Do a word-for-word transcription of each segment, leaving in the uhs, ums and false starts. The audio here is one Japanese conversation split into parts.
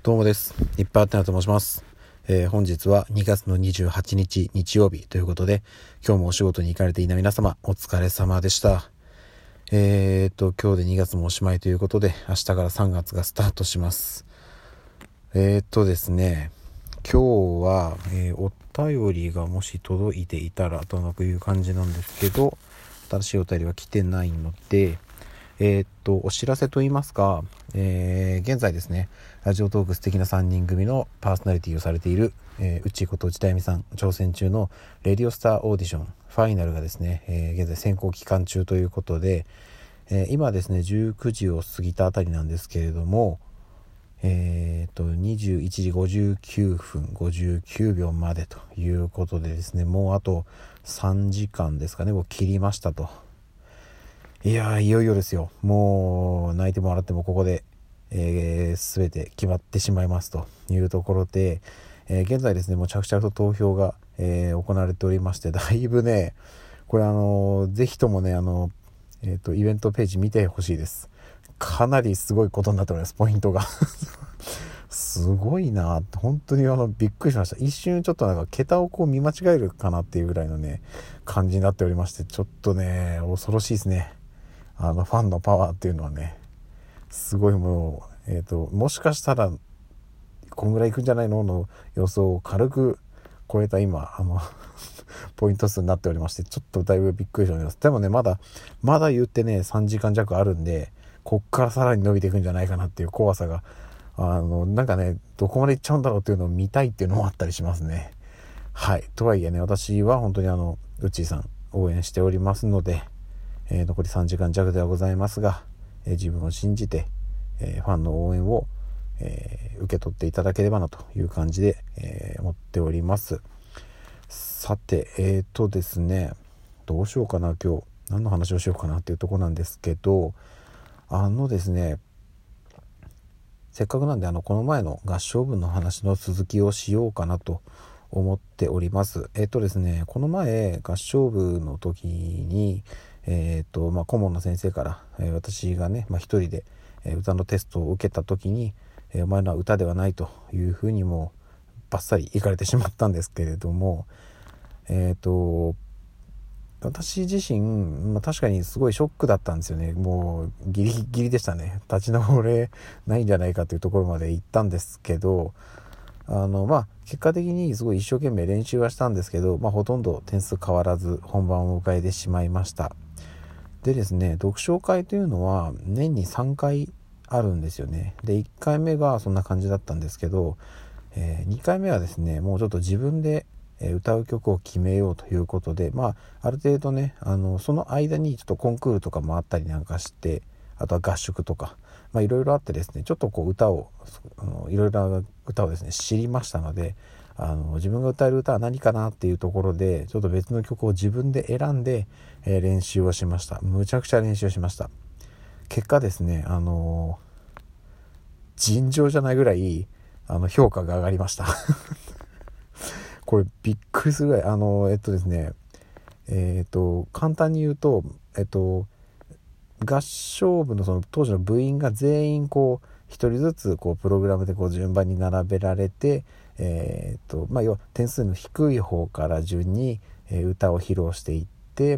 どうもです。いっぱいあってなと申します。えー、本日はにがつのにじゅうはちにち日曜日ということで、今日もお仕事に行かれていない皆様お疲れ様でした。えーと今日でにがつもおしまいということで、明日からさんがつがスタートします。えーとですね今日は、えー、お便りがもし届いていたらという感じなんですけど、新しいお便りは来てないので、えー、っとお知らせといいますか、えー、現在ですねラジオトーク素敵なさんにん組のパーソナリティをされている、えー、うちこと内田由美さん挑戦中のレディオスターオーディションファイナルがですね、えー、現在選考期間中ということで、えー、今ですねじゅうくじを過ぎたあたりなんですけれども、えー、とにじゅういちじごじゅうきゅうふんごじゅうきゅうびょうまでということでですね、もうあとさんじかんですかねを切りましたと。いやーいよいよですよ。もう泣いても笑ってもここで、えー、全て決まってしまいますというところで、えー、現在ですねもう着々と投票が、えー、行われておりまして、だいぶねこれあのー、ぜひともねあの、えーと、イベントページ見てほしいです。かなりすごいことになっております。ポイントがすごいな本当にあのびっくりしました。一瞬ちょっとなんか桁をこう見間違えるかなっていうぐらいのね感じになっておりまして、ちょっとね恐ろしいですね。あのファンのパワーっていうのはねすごい。もう、えーと、もしかしたらこんぐらいいくんじゃないのの予想を軽く超えた今あのポイント数になっておりまして、ちょっとだいぶびっくりしております。でもねまだまだ言ってねさんじかんじゃくあるんで、こっからさらに伸びていくんじゃないかなっていう怖さが、あのなんかねどこまでいっちゃうんだろうっていうのを見たいっていうのもあったりしますね。はい。とはいえね私は本当にあのうっちーさん応援しておりますので、えー、残りさんじかんじゃくではございますが、えー、自分を信じて、えー、ファンの応援を、えー、受け取っていただければなという感じで、えー、思っております。さてえーとですねどうしようかな、今日何の話をしようかなっていうところなんですけど、あのですねせっかくなんであのこの前の合唱部の話の続きをしようかなと思っております。えっとですねこの前合唱部の時にえっとまあ顧問の先生から、えー、私がね、まあ、一人で、えー、歌のテストを受けた時に、えー、お前のは歌ではないというふうにもうバッサリいかれてしまったんですけれども、えっと私自身、まあ、確かにすごいショックだったんですよね。もうギリギリでしたね。立ち直れないんじゃないかというところまで行ったんですけど、あのまあ結果的にすごい一生懸命練習はしたんですけど、まあ、ほとんど点数変わらず本番を迎えてしまいました。でですね読書会というのは年にさんかいあるんですよね。でいっかいめがそんな感じだったんですけど、えー、にかいめはですねもうちょっと自分で歌う曲を決めようということで、まあある程度ねあのその間にちょっとコンクールとかもあったりなんかして、あとは合宿とかまあいろいろあってですね、ちょっとこう歌をあのいろいろな歌をですね知りましたので、あの自分が歌える歌は何かなっていうところでちょっと別の曲を自分で選んで、えー、練習をしました。むちゃくちゃ練習をしました。結果ですねあの尋常じゃないぐらいあの評価が上がりましたこれびっくりするぐらいあのえっとですねえっと簡単に言うとえっと合唱部のその当時の部員が全員こう一人ずつこうプログラムでこう順番に並べられて、えーとまあ、要は点数の低い方から順に歌を披露していって、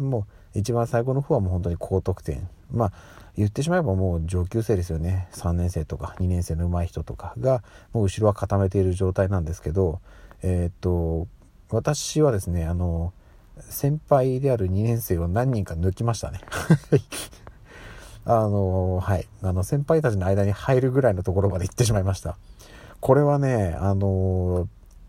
もう一番最後の方はもう本当に高得点、まあ言ってしまえばもう上級生ですよね。さんねんせいとかにねんせいの上手い人とかがもう後ろは固めている状態なんですけど、えっと私はですねあの先輩であるにねんせいを何人か抜きましたねあのはいあの先輩たちの間に入るぐらいのところまで行ってしまいました。これはねあの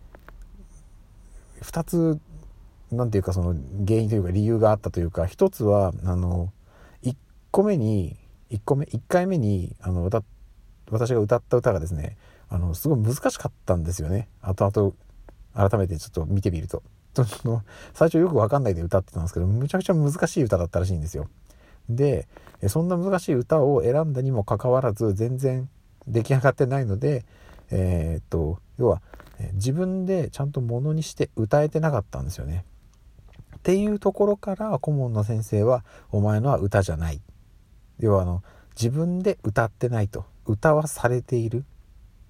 ふたつなんていうかその原因というか理由があったというか、ひとつはあのいっこめにいっこめいっかいめにあの歌私が歌った歌がですねあのすごい難しかったんですよね。後々改めてちょっと見てみると最初よく分かんないで歌ってたんですけど、むちゃくちゃ難しい歌だったらしいんですよ。でそんな難しい歌を選んだにもかかわらず全然出来上がってないので、えー、っと要は自分でちゃんとものにして歌えてなかったんですよね。っていうところから顧問の先生はお前のは歌じゃない、要はあの自分で歌ってないと、歌はされているっ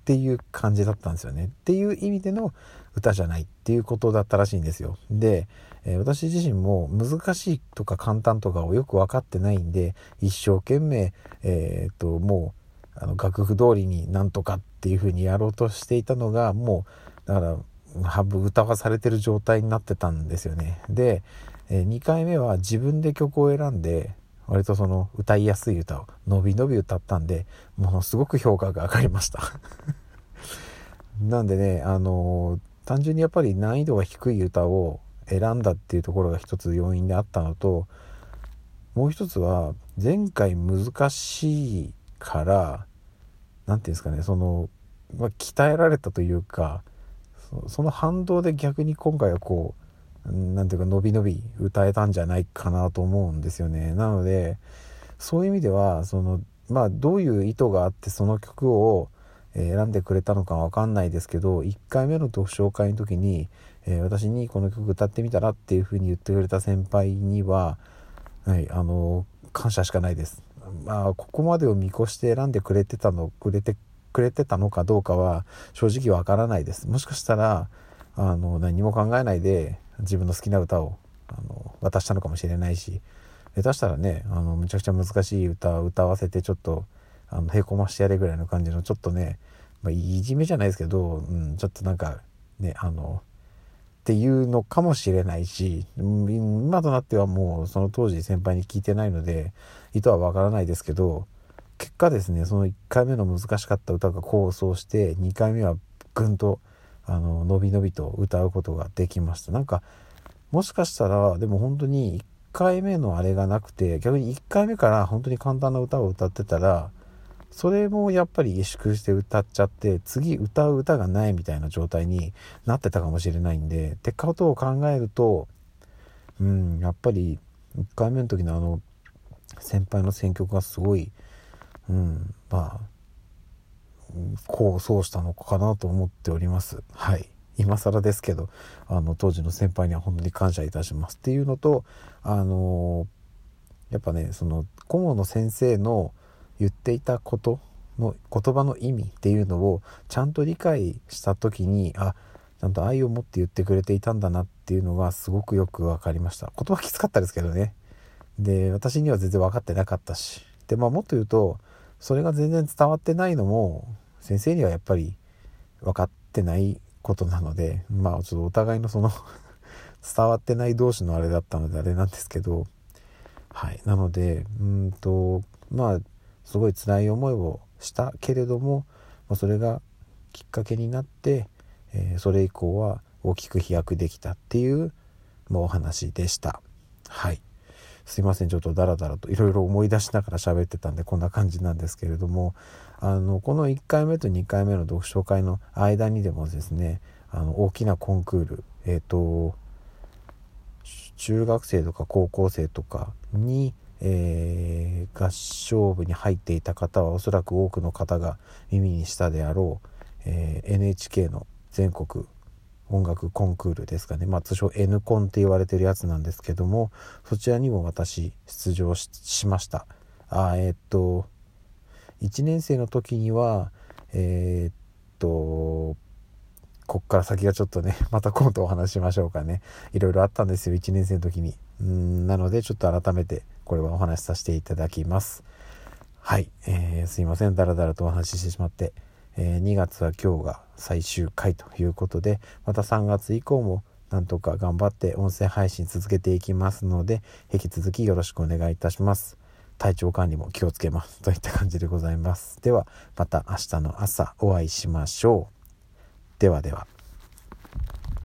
っていう感じだったんですよね。っていう意味での歌じゃないっていうことだったらしいんですよ。で、えー、私自身も難しいとか簡単とかをよく分かってないんで、一生懸命、えー、っともうあの楽譜通りになんとかっていう風にやろうとしていたのが、もうだから半分歌わされてる状態になってたんですよね。で、えー、にかいめは自分で曲を選んで、割とその歌いやすい歌をのびのび歌ったんで、ものすごく評価が上がりましたなんでね、あのー、単純にやっぱり難易度が低い歌を選んだっていうところが一つ要因であったのと、もう一つは前回難しいから、なんていうんですかね、その、まあ、鍛えられたというか、そ, その反動で逆に今回はこうなんていうか伸び伸び歌えたんじゃないかなと思うんですよね。なのでそういう意味ではそのまあどういう意図があってその曲を選んでくれたのかわかんないですけど、いっかいめの読書会の時に、えー、私にこの曲歌ってみたらっていう風に言ってくれた先輩には、はい、あの感謝しかないです。まあここまでを見越して選んでくれてたのくれてくれてたのかどうかは正直わからないです。もしかしたらあの何も考えないで自分の好きな歌をあの渡したのかもしれないし、下手したらねあのむちゃくちゃ難しい歌を歌わせてちょっとあのへこましてやれぐらいの感じのちょっとね、まあ、いじめじゃないですけど、うん、ちょっとなんかねあのっていうのかもしれないし、今となってはもうその当時先輩に聞いてないので意図はわからないですけど、結果ですねそのいっかいめの難しかった歌が功を奏してにかいめはぐんとあののびのびと歌うことができました。なんかもしかしたらでも本当にいっかいめのあれがなくて逆にいっかいめから本当に簡単な歌を歌ってたらそれもやっぱり萎縮して歌っちゃって次歌う歌がないみたいな状態になってたかもしれないんで、ってことを考えるとうんやっぱりいっかいめの時のあの先輩の選曲がすごいうんまあ功を奏したのかなと思っております。はい、今更ですけどあの当時の先輩には本当に感謝いたしますっていうのと、あのー、やっぱねその顧問の先生の言っていたことの言葉の意味っていうのをちゃんと理解した時に、あちゃんと愛を持って言ってくれていたんだなっていうのがすごくよく分かりました。言葉きつかったですけどね。で私には全然分かってなかったし、で、まあ、もっと言うとそれが全然伝わってないのも先生にはやっぱり分かってないことなので、まあちょっとお互いのその伝わってない同士のあれだったのであれなんですけど、はい、なのでうんとまあすごい辛い思いをしたけれども、それがきっかけになって、えー、それ以降は大きく飛躍できたっていう、まあ、お話でした。はい、すいませんちょっとダラダラといろいろ思い出しながら喋ってたんでこんな感じなんですけれども、あのこのいっかいめとにかいめの読書会の間にでもですね、あの大きなコンクール、えっと中学生とか高校生とかに、えー、合唱部に入っていた方はおそらく多くの方が耳にしたであろう、えー、エヌエイチケー の全国音楽コンクールですかね、まあ、通称 N コンって言われてるやつなんですけども、そちらにも私出場 し, しましたあえー、っといちねん生の時にはえー、っとこっから先がちょっとねまた今度お話ししましょうかね。いろいろあったんですよいちねん生の時に。うーんなのでちょっと改めてこれはお話しさせていただきます。はい、えー、すいませんだらだらとお話ししてしまって、えー、にがつは今日が最終回ということで、またさんがつ以降もなんとか頑張って音声配信続けていきますので引き続きよろしくお願いいたします。体調管理も気をつけますといった感じでございます。ではまた明日の朝お会いしましょう。ではでは。